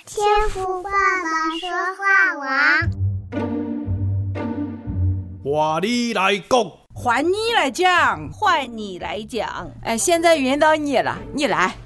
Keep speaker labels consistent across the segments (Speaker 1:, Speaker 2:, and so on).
Speaker 1: 天赋爸爸说话王，
Speaker 2: 话你来讲，
Speaker 3: 换你来讲，换你来讲。
Speaker 4: 现在轮到你了，你来。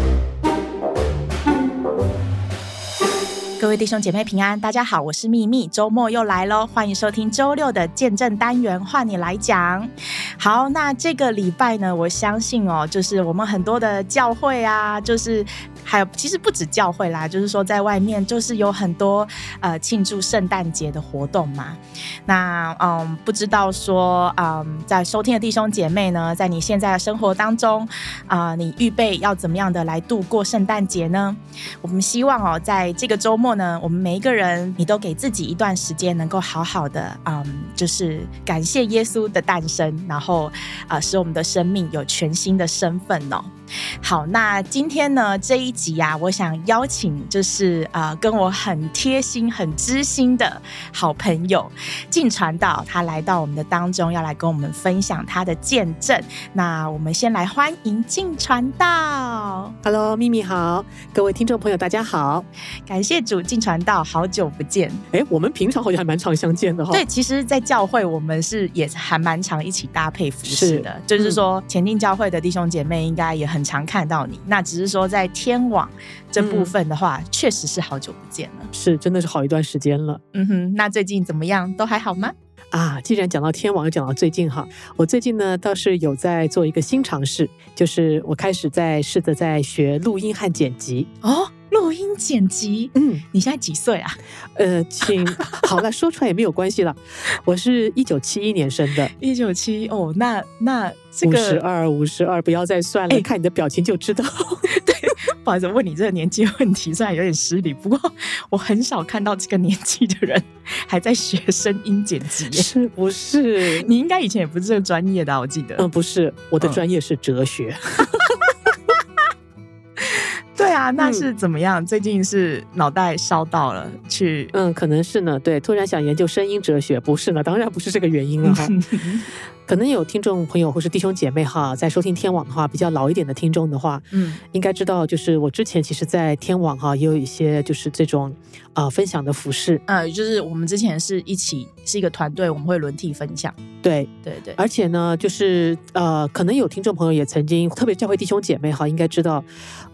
Speaker 4: 各位弟兄姐妹平安，大家好，我是秘密，周末又来咯，欢迎收听周六的见证单元，换你来讲。好，那这个礼拜呢，我相信就是我们很多的教会啊，就是还有其实不止教会啦，就是说在外面就是有很多庆祝圣诞节的活动嘛。那不知道说在收听的弟兄姐妹呢，在你现在的生活当中你预备要怎么样的来度过圣诞节呢？我们希望在这个周末呢，我们每一个人你都给自己一段时间，能够好好的就是感谢耶稣的诞生，然后使我们的生命有全新的身份哦。好，那今天呢这一集啊，我想邀请就是跟我很贴心很知心的好朋友晋传道，他来到我们的当中，要来跟我们分享他的见证。那我们先来欢迎晋传道。
Speaker 5: Hello， 秘密好，各位听众朋友大家好，
Speaker 4: 感谢主，晋传道好久不见。
Speaker 5: 我们平常好像还蛮常相见的
Speaker 4: 对，其实在教会我们也还蛮常一起搭配服事的，就是说前进教会的弟兄姐妹应该也很常看到你，那只是说在天网这部分的话确实是好久不见了，
Speaker 5: 是真的是好一段时间了。
Speaker 4: 那最近怎么样，都还好吗？
Speaker 5: 既然讲到天网又讲到最近哈，我最近呢倒是有在做一个新尝试，就是我开始试着在学录音和剪辑。
Speaker 4: 录音剪辑，你现在几岁啊？
Speaker 5: 好了，说出来也没有关系了。我是1971年生的。
Speaker 4: 1971那这个
Speaker 5: 52，不要再算了，看你的表情就知道。
Speaker 4: 对，不好意思，问你这个年纪问题，虽然有点失礼，不过我很少看到这个年纪的人还在学声音剪辑，
Speaker 5: 是不是？
Speaker 4: 你应该以前也不是这个专业的我记得。
Speaker 5: 不是，我的专业是哲学。
Speaker 4: 对啊，那是怎么样？最近是脑袋烧到了去？
Speaker 5: 可能是呢。对，突然想研究声音哲学，不是呢，当然不是这个原因了哈。可能有听众朋友或是弟兄姐妹哈，在收听天网的话，比较老一点的听众的话，应该知道，就是我之前其实在天网哈也有一些就是这种分享的服事，
Speaker 4: 就是我们之前是一个团队，我们会轮替分享。
Speaker 5: 对，而且呢，就是可能有听众朋友也曾经，特别教会弟兄姐妹哈，应该知道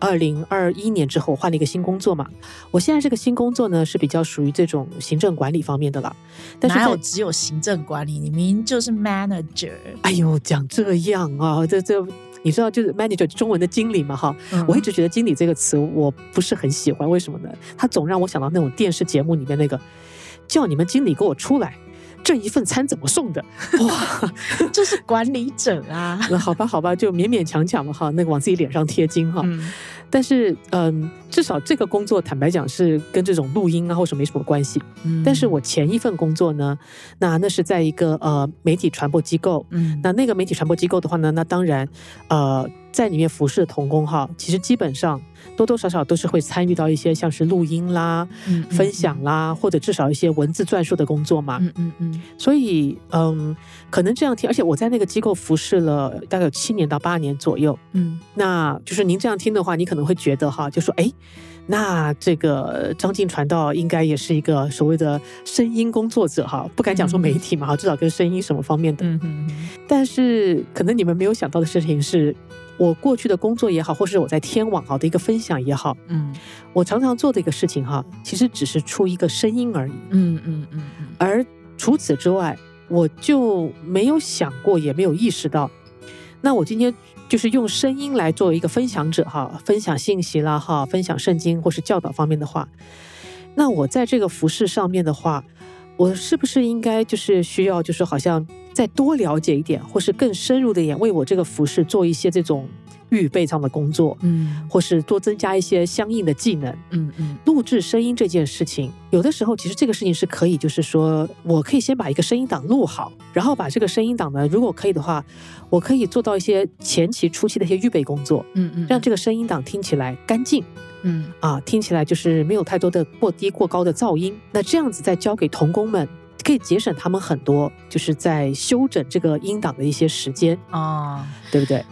Speaker 5: ，2021年之后我换了一个新工作嘛。我现在这个新工作呢是比较属于这种行政管理方面的啦。但是
Speaker 4: 哪有只有行政管理？你明明就是 manager。
Speaker 5: 哎呦，讲这样啊，这你知道就是 manager 中文的经理嘛哈。我一直觉得经理这个词我不是很喜欢，为什么呢？他总让我想到那种电视节目里面那个叫你们经理给我出来，这一份餐怎么送的？哇，
Speaker 4: 就是管理者啊。
Speaker 5: 好吧，就勉勉强强嘛哈，那个往自己脸上贴金哈。但是至少这个工作坦白讲是跟这种录音啊或者没什么关系。但是我前一份工作呢，那是在一个媒体传播机构。那个媒体传播机构的话呢，那当然在里面服侍的同工哈，其实基本上多多少少都是会参与到一些像是录音啦、分享啦，或者至少一些文字撰述的工作嘛。所以可能这样听，而且我在那个机构服侍了大概有7年到8年左右。那就是您这样听的话，你可能会觉得哈，就说那这个张晋传道应该也是一个所谓的声音工作者哈，不敢讲说媒体嘛，至少跟声音什么方面的。但是可能你们没有想到的事情是，我过去的工作也好，或是我在天网的一个分享也好，我常常做的一个事情哈，其实只是出一个声音而已。而除此之外，我就没有想过，也没有意识到，那我今天就是用声音来作为一个分享者哈，分享信息啦哈，分享圣经或是教导方面的话，那我在这个服事上面的话，我是不是应该就是需要就是好像再多了解一点，或是更深入的一点，为我这个服事做一些这种预备上的工作，或是多增加一些相应的技能。录制声音这件事情，有的时候其实这个事情是可以，就是说我可以先把一个声音档录好，然后把这个声音档呢，如果可以的话，我可以做到一些前期初期的一些预备工作，让这个声音档听起来干净。听起来就是没有太多的过低过高的噪音，那这样子再交给同工们，可以节省他们很多就是在修整这个音档的一些时间对不对？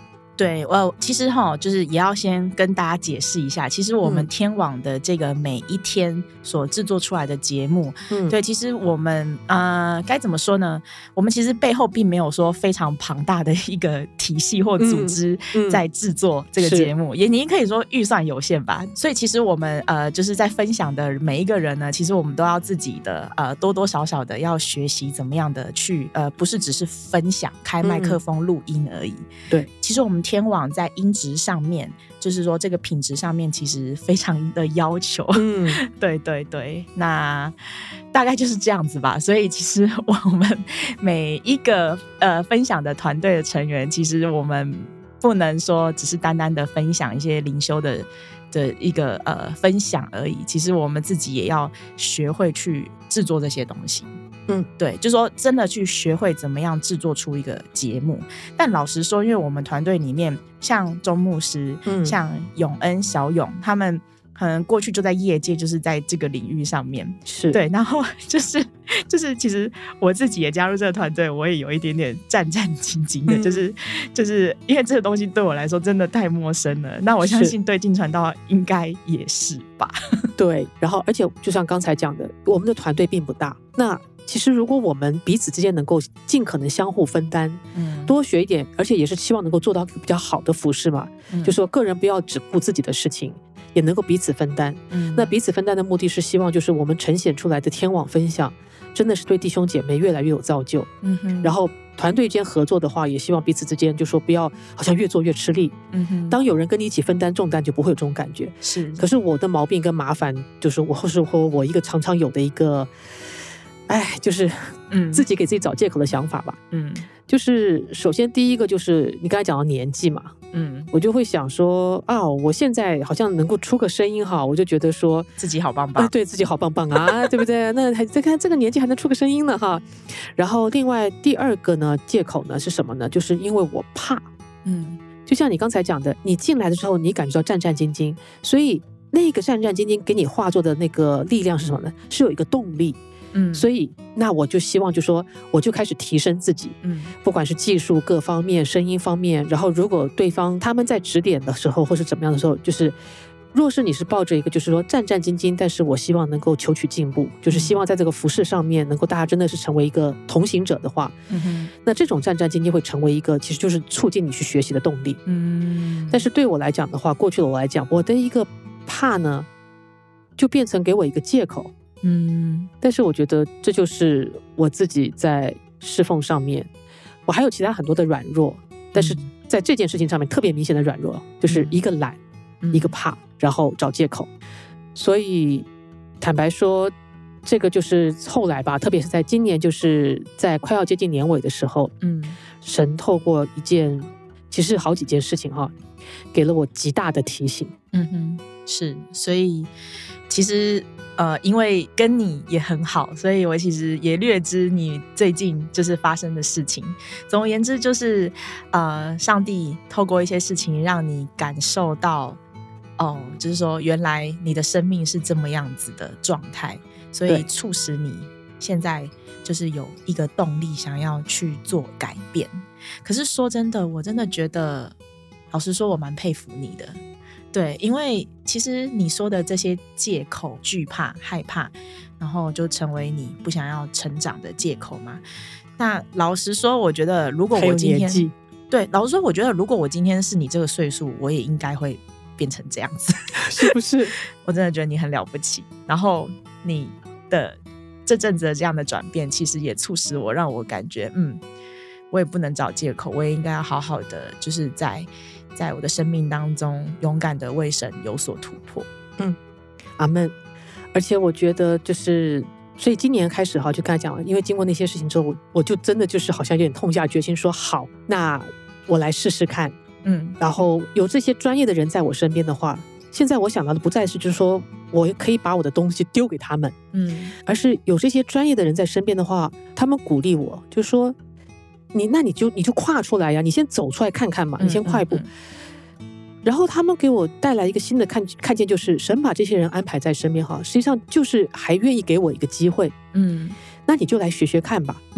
Speaker 4: 对，其实就是也要先跟大家解释一下，其实我们天网的这个每一天所制作出来的节目，对，其实我们该怎么说呢？我们其实背后并没有说非常庞大的一个体系或组织在制作这个节目，也你可以说预算有限吧。所以其实我们就是在分享的每一个人呢，其实我们都要自己的多多少少的要学习怎么样的去不是只是分享开麦克风录音而已。
Speaker 5: 对，
Speaker 4: 其实我们天网在音质上面，就是说这个品质上面其实非常的要求。对对对，那大概就是这样子吧。所以其实我们每一个分享的团队的成员，其实我们不能说只是单单的分享一些灵修的一个分享而已，其实我们自己也要学会去制作这些东西。对，就是说真的去学会怎么样制作出一个节目。但老实说，因为我们团队里面像钟牧师、像永恩、小勇，他们可能过去就在业界，就是在这个领域上面，
Speaker 5: 是
Speaker 4: 对。然后就是其实我自己也加入这个团队，我也有一点点战战兢兢的，就是因为这个东西对我来说真的太陌生了。那我相信对进传道应该也是吧。
Speaker 5: 对，然后而且就像刚才讲的，我们的团队并不大，那其实如果我们彼此之间能够尽可能相互分担，多学一点，而且也是希望能够做到比较好的服事嘛，就说个人不要只顾自己的事情，也能够彼此分担。那彼此分担的目的是希望就是我们呈现出来的天网分享真的是对弟兄姐妹越来越有造就。然后团队间合作的话，也希望彼此之间就说不要好像越做越吃力。当有人跟你一起分担重担，就不会有这种感觉。
Speaker 4: 是，
Speaker 5: 可是我的毛病跟麻烦就是我一个常常有的一个就是自己给自己找借口的想法吧。就是首先第一个就是你刚才讲到年纪嘛，我就会想说我现在好像能够出个声音哈，我就觉得说
Speaker 4: 自己好棒棒，
Speaker 5: 对自己好棒棒啊，对不对？那还再看这个年纪还能出个声音呢哈。然后另外第二个呢借口呢是什么呢？就是因为我怕，就像你刚才讲的，你进来的时候你感觉到战战兢兢，所以那个战战兢兢给你化作的那个力量是什么呢？是有一个动力。所以那我就希望就说我就开始提升自己，不管是技术各方面声音方面，然后如果对方他们在指点的时候或是怎么样的时候，就是若是你是抱着一个就是说战战兢兢，但是我希望能够求取进步，就是希望在这个服事上面能够大家真的是成为一个同行者的话，那这种战战兢兢会成为一个其实就是促进你去学习的动力。但是对我来讲的话，过去的我来讲，我的一个怕呢就变成给我一个借口。但是我觉得这就是我自己在侍奉上面，我还有其他很多的软弱，但是在这件事情上面特别明显的软弱，就是一个懒，一个怕，然后找借口。所以坦白说，这个就是后来吧，特别是在今年，就是在快要接近年尾的时候，神透过其实好几件事情哈，给了我极大的提醒。
Speaker 4: 是，所以其实因为跟你也很好，所以我其实也略知你最近就是发生的事情。总而言之，就是上帝透过一些事情让你感受到，就是说原来你的生命是这么样子的状态，所以促使你现在就是有一个动力想要去做改变。可是说真的，我真的觉得，老实说，我蛮佩服你的。对，因为其实你说的这些借口，惧怕、害怕，然后就成为你不想要成长的借口嘛。那老实说，我觉得如果我今天，对，老实说，我觉得如果我今天是你这个岁数，我也应该会变成这样子，
Speaker 5: 是不是？
Speaker 4: 我真的觉得你很了不起。然后你的这阵子的这样的转变，其实也促使我，让我感觉，我也不能找借口，我也应该要好好的，就是在我的生命当中勇敢的为神有所突破。
Speaker 5: 阿们。而且我觉得就是所以今年开始就跟他讲了，因为经过那些事情之后，我就真的就是好像有点痛下决心说好，那我来试试看。然后有这些专业的人在我身边的话，现在我想到的不再是就是说我可以把我的东西丢给他们，而是有这些专业的人在身边的话，他们鼓励我，就是说你就跨出来呀，你先走出来看看嘛，你先跨一步。然后他们给我带来一个新的看见，就是神把这些人安排在身边实际上就是还愿意给我一个机会。那你就来学学看吧。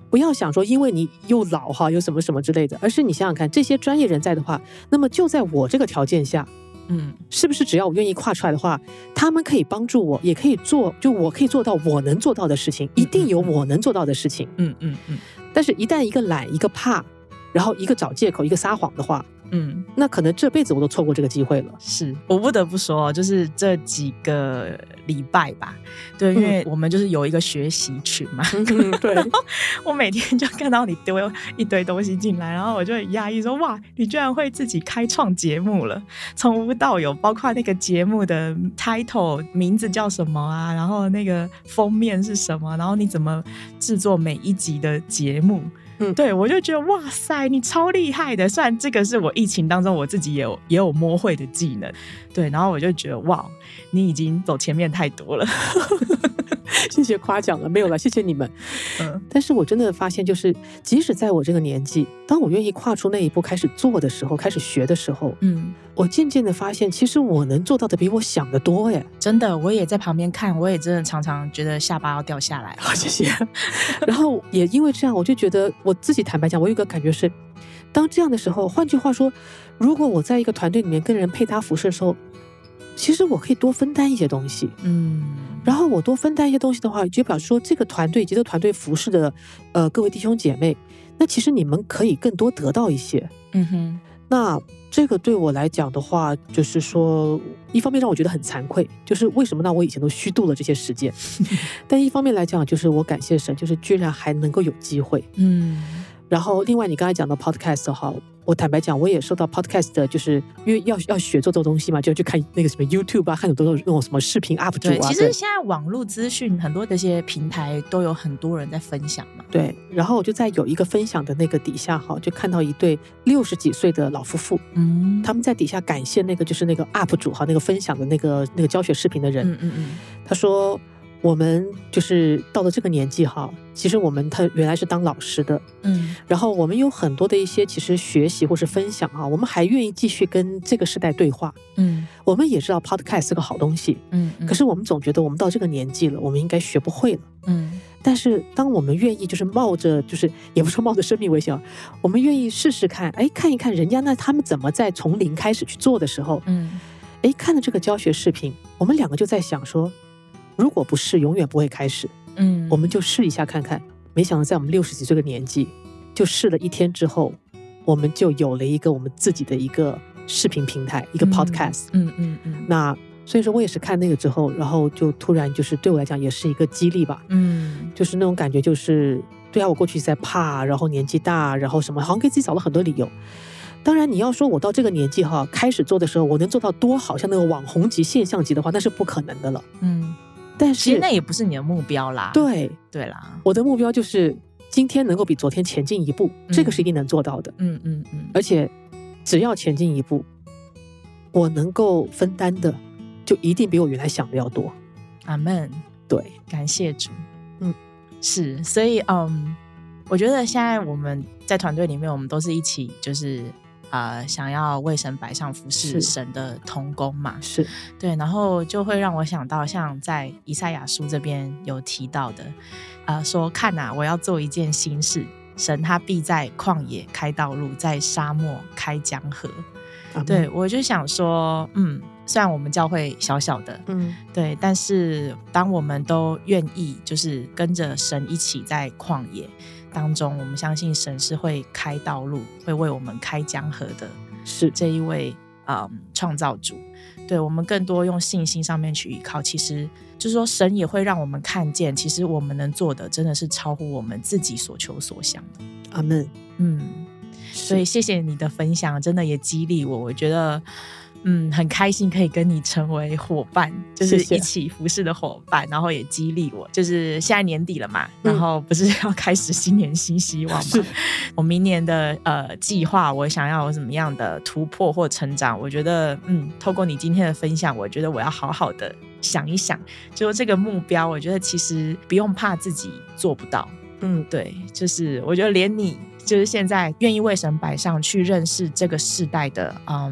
Speaker 5: 不要想说因为你又老哈，有什么什么之类的，而是你想想看，这些专业人在的话，那么就在我这个条件下，是不是只要我愿意跨出来的话，他们可以帮助我，也可以做，就我可以做到我能做到的事情，一定有我能做到的事情。但是一旦一个懒，一个怕，然后一个找借口，一个撒谎的话，那可能这辈子我都错过这个机会了。
Speaker 4: 是我不得不说，就是这几个礼拜吧，对，因为我们就是有一个学习群嘛，
Speaker 5: 对，
Speaker 4: 我每天就看到你丢一堆东西进来，然后我就很讶异说，哇，你居然会自己开创节目了，从无到有，包括那个节目的 title 名字叫什么啊，然后那个封面是什么，然后你怎么制作每一集的节目。对，我就觉得哇塞，你超厉害的。虽然这个是我疫情当中我自己也有摸会的技能，对，然后我就觉得哇，你已经走前面太多了。
Speaker 5: 谢谢夸奖了，没有了，谢谢你们。但是我真的发现，就是即使在我这个年纪，当我愿意跨出那一步开始做的时候，开始学的时候，我渐渐的发现，其实我能做到的比我想的多耶。
Speaker 4: 真的，我也在旁边看，我也真的常常觉得下巴要掉下来。
Speaker 5: 谢谢。然后也因为这样，我就觉得我自己坦白讲，我有一个感觉是，当这样的时候，换句话说，如果我在一个团队里面跟人配搭服饰的时候，其实我可以多分担一些东西。然后我多分担一些东西的话，就表示说这个团队以及这个团队服饰的各位弟兄姐妹，那其实你们可以更多得到一些。那这个对我来讲的话，就是说一方面让我觉得很惭愧，就是为什么呢？我以前都虚度了这些时间。但一方面来讲，就是我感谢神，就是居然还能够有机会。然后另外你刚才讲到 podcast 哈，我坦白讲，我也受到 podcast 的，就是因为要学做这种东西嘛，就去看那个什么 YouTube 啊，看很多那种什么视频 UP 主啊。
Speaker 4: 对，其实现在网络资讯很多这些平台都有很多人在分享嘛。
Speaker 5: 对，然后我就在有一个分享的那个底下哈，就看到一对60几岁的老夫妇，他们在底下感谢那个就是那个 UP 主哈，那个分享的那个教学视频的人。他说，我们就是到了这个年纪哈，其实他原来是当老师的，然后我们有很多的一些其实学习或是分享啊，我们还愿意继续跟这个时代对话，我们也知道 podcast 是个好东西，可是我们总觉得我们到这个年纪了，我们应该学不会了，但是当我们愿意就是冒着就是也不是冒着生命危险，我们愿意试试看，看一看人家他们怎么在从零开始去做的时候，看了这个教学视频，我们两个就在想说，如果不是永远不会开始，我们就试一下看看。没想到在我们60几岁的年纪，就试了1天之后，我们就有了一个我们自己的一个视频平台，一个 podcast。那所以说我也是看那个之后，然后就突然就是对我来讲也是一个激励吧。就是那种感觉，就是对啊，我过去在怕，然后年纪大，然后什么，好像给自己找了很多理由。当然你要说我到这个年纪哈，开始做的时候我能做到多好像那个网红级现象级的话，那是不可能的了。但是
Speaker 4: 其实那也不是你的目标啦。
Speaker 5: 对
Speaker 4: 啦，
Speaker 5: 我的目标就是今天能够比昨天前进一步，这个是一定能做到的。而且只要前进一步，我能够分担的就一定比我原来想的要多。
Speaker 4: 阿们。
Speaker 5: 对，
Speaker 4: 感谢主。是，所以我觉得现在我们在团队里面，我们都是一起就是想要为神摆上服侍神的同工嘛，
Speaker 5: 是
Speaker 4: 对，然后就会让我想到像在以赛亚书这边有提到的，说看啊，我要做一件新事，神他必在旷野开道路，在沙漠开江河。对，我就想说虽然我们教会小小的对，但是当我们都愿意就是跟着神一起在旷野当中，我们相信神是会开道路，会为我们开江河的，是这一位创造主。对，我们更多用信心上面去依靠，其实就是说神也会让我们看见，其实我们能做的真的是超乎我们自己所求所想的。
Speaker 5: 阿们。
Speaker 4: 所以谢谢你的分享，真的也激励我，我觉得很开心可以跟你成为伙伴，就是一起服侍的伙伴，然后也激励我，就是现在年底了嘛，然后不是要开始新年新希望嘛，我明年的计划，我想要有什么样的突破或成长，我觉得透过你今天的分享，我觉得我要好好的想一想，就这个目标，我觉得其实不用怕自己做不到。对，就是我觉得连你就是现在愿意为神摆上去认识这个世代的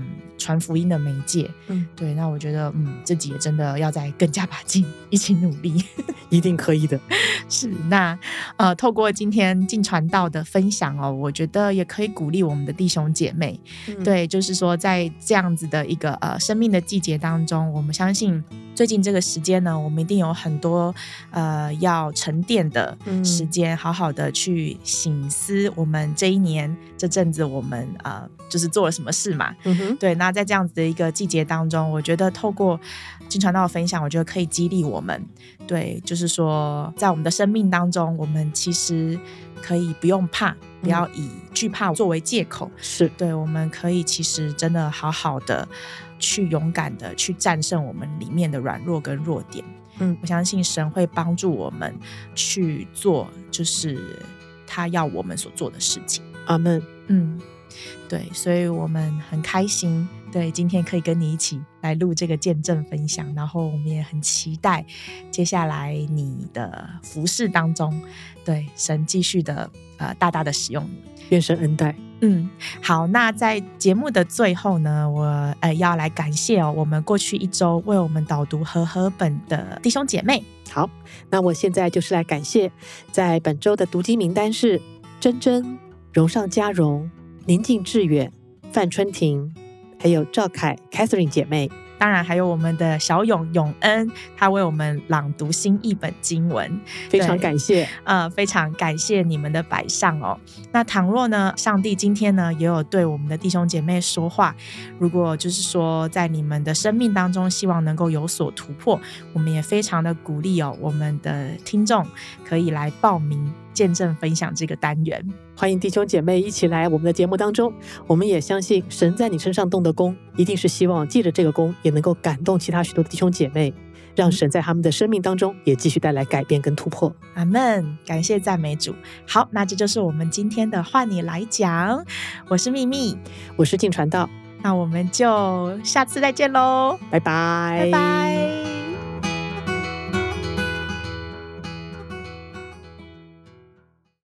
Speaker 4: 传福音的媒介。对，那我觉得自己也真的要再更加把劲，一起努力。
Speaker 5: 一定可以的。
Speaker 4: 是，那透过今天进传道的分享哦，我觉得也可以鼓励我们的弟兄姐妹。对，就是说在这样子的一个生命的季节当中，我们相信最近这个时间呢，我们一定有很多要沉淀的时间，好好的去省思我们这一年这阵子我们就是做了什么事嘛。对，那在这样子的一个季节当中，我觉得透过进传道的分享，我觉得可以激励我们。对，就是说在我们的生命当中，我们其实可以不用怕，不要以惧怕作为借口。
Speaker 5: 是，
Speaker 4: 对，我们可以其实真的好好的去勇敢的去战胜我们里面的软弱跟弱点。我相信神会帮助我们去做就是他要我们所做的事情。
Speaker 5: 阿们。
Speaker 4: 对，所以我们很开心，对，今天可以跟你一起来录这个见证分享，然后我们也很期待接下来你的服事当中，对，神继续的大大的使用你，
Speaker 5: 愿神恩待。
Speaker 4: 好，那在节目的最后呢，我要来感谢我们过去一周为我们导读和本的弟兄姐妹。
Speaker 5: 好，那我现在就是来感谢在本周的读经名单是珍珍、荣上加荣、宁静致远、范春婷，还有赵凯 Catherine 姐妹，
Speaker 4: 当然还有我们的小永永恩，他为我们朗读新译本经文，
Speaker 5: 非常感谢。
Speaker 4: 非常感谢你们的摆上哦。那倘若呢，上帝今天呢也有对我们的弟兄姐妹说话，如果就是说在你们的生命当中希望能够有所突破，我们也非常的鼓励我们的听众可以来报名见证分享这个单元。
Speaker 5: 欢迎弟兄姐妹一起来我们的节目当中，我们也相信神在你身上动的工，一定是希望借着这个工也能够感动其他许多的弟兄姐妹，让神在他们的生命当中也继续带来改变跟突破。
Speaker 4: 阿们，感谢赞美主。好，那这就是我们今天的换你来讲，我是秘密，
Speaker 5: 我是进传道，
Speaker 4: 那我们就下次再见咯，
Speaker 5: 拜拜，
Speaker 4: 拜拜。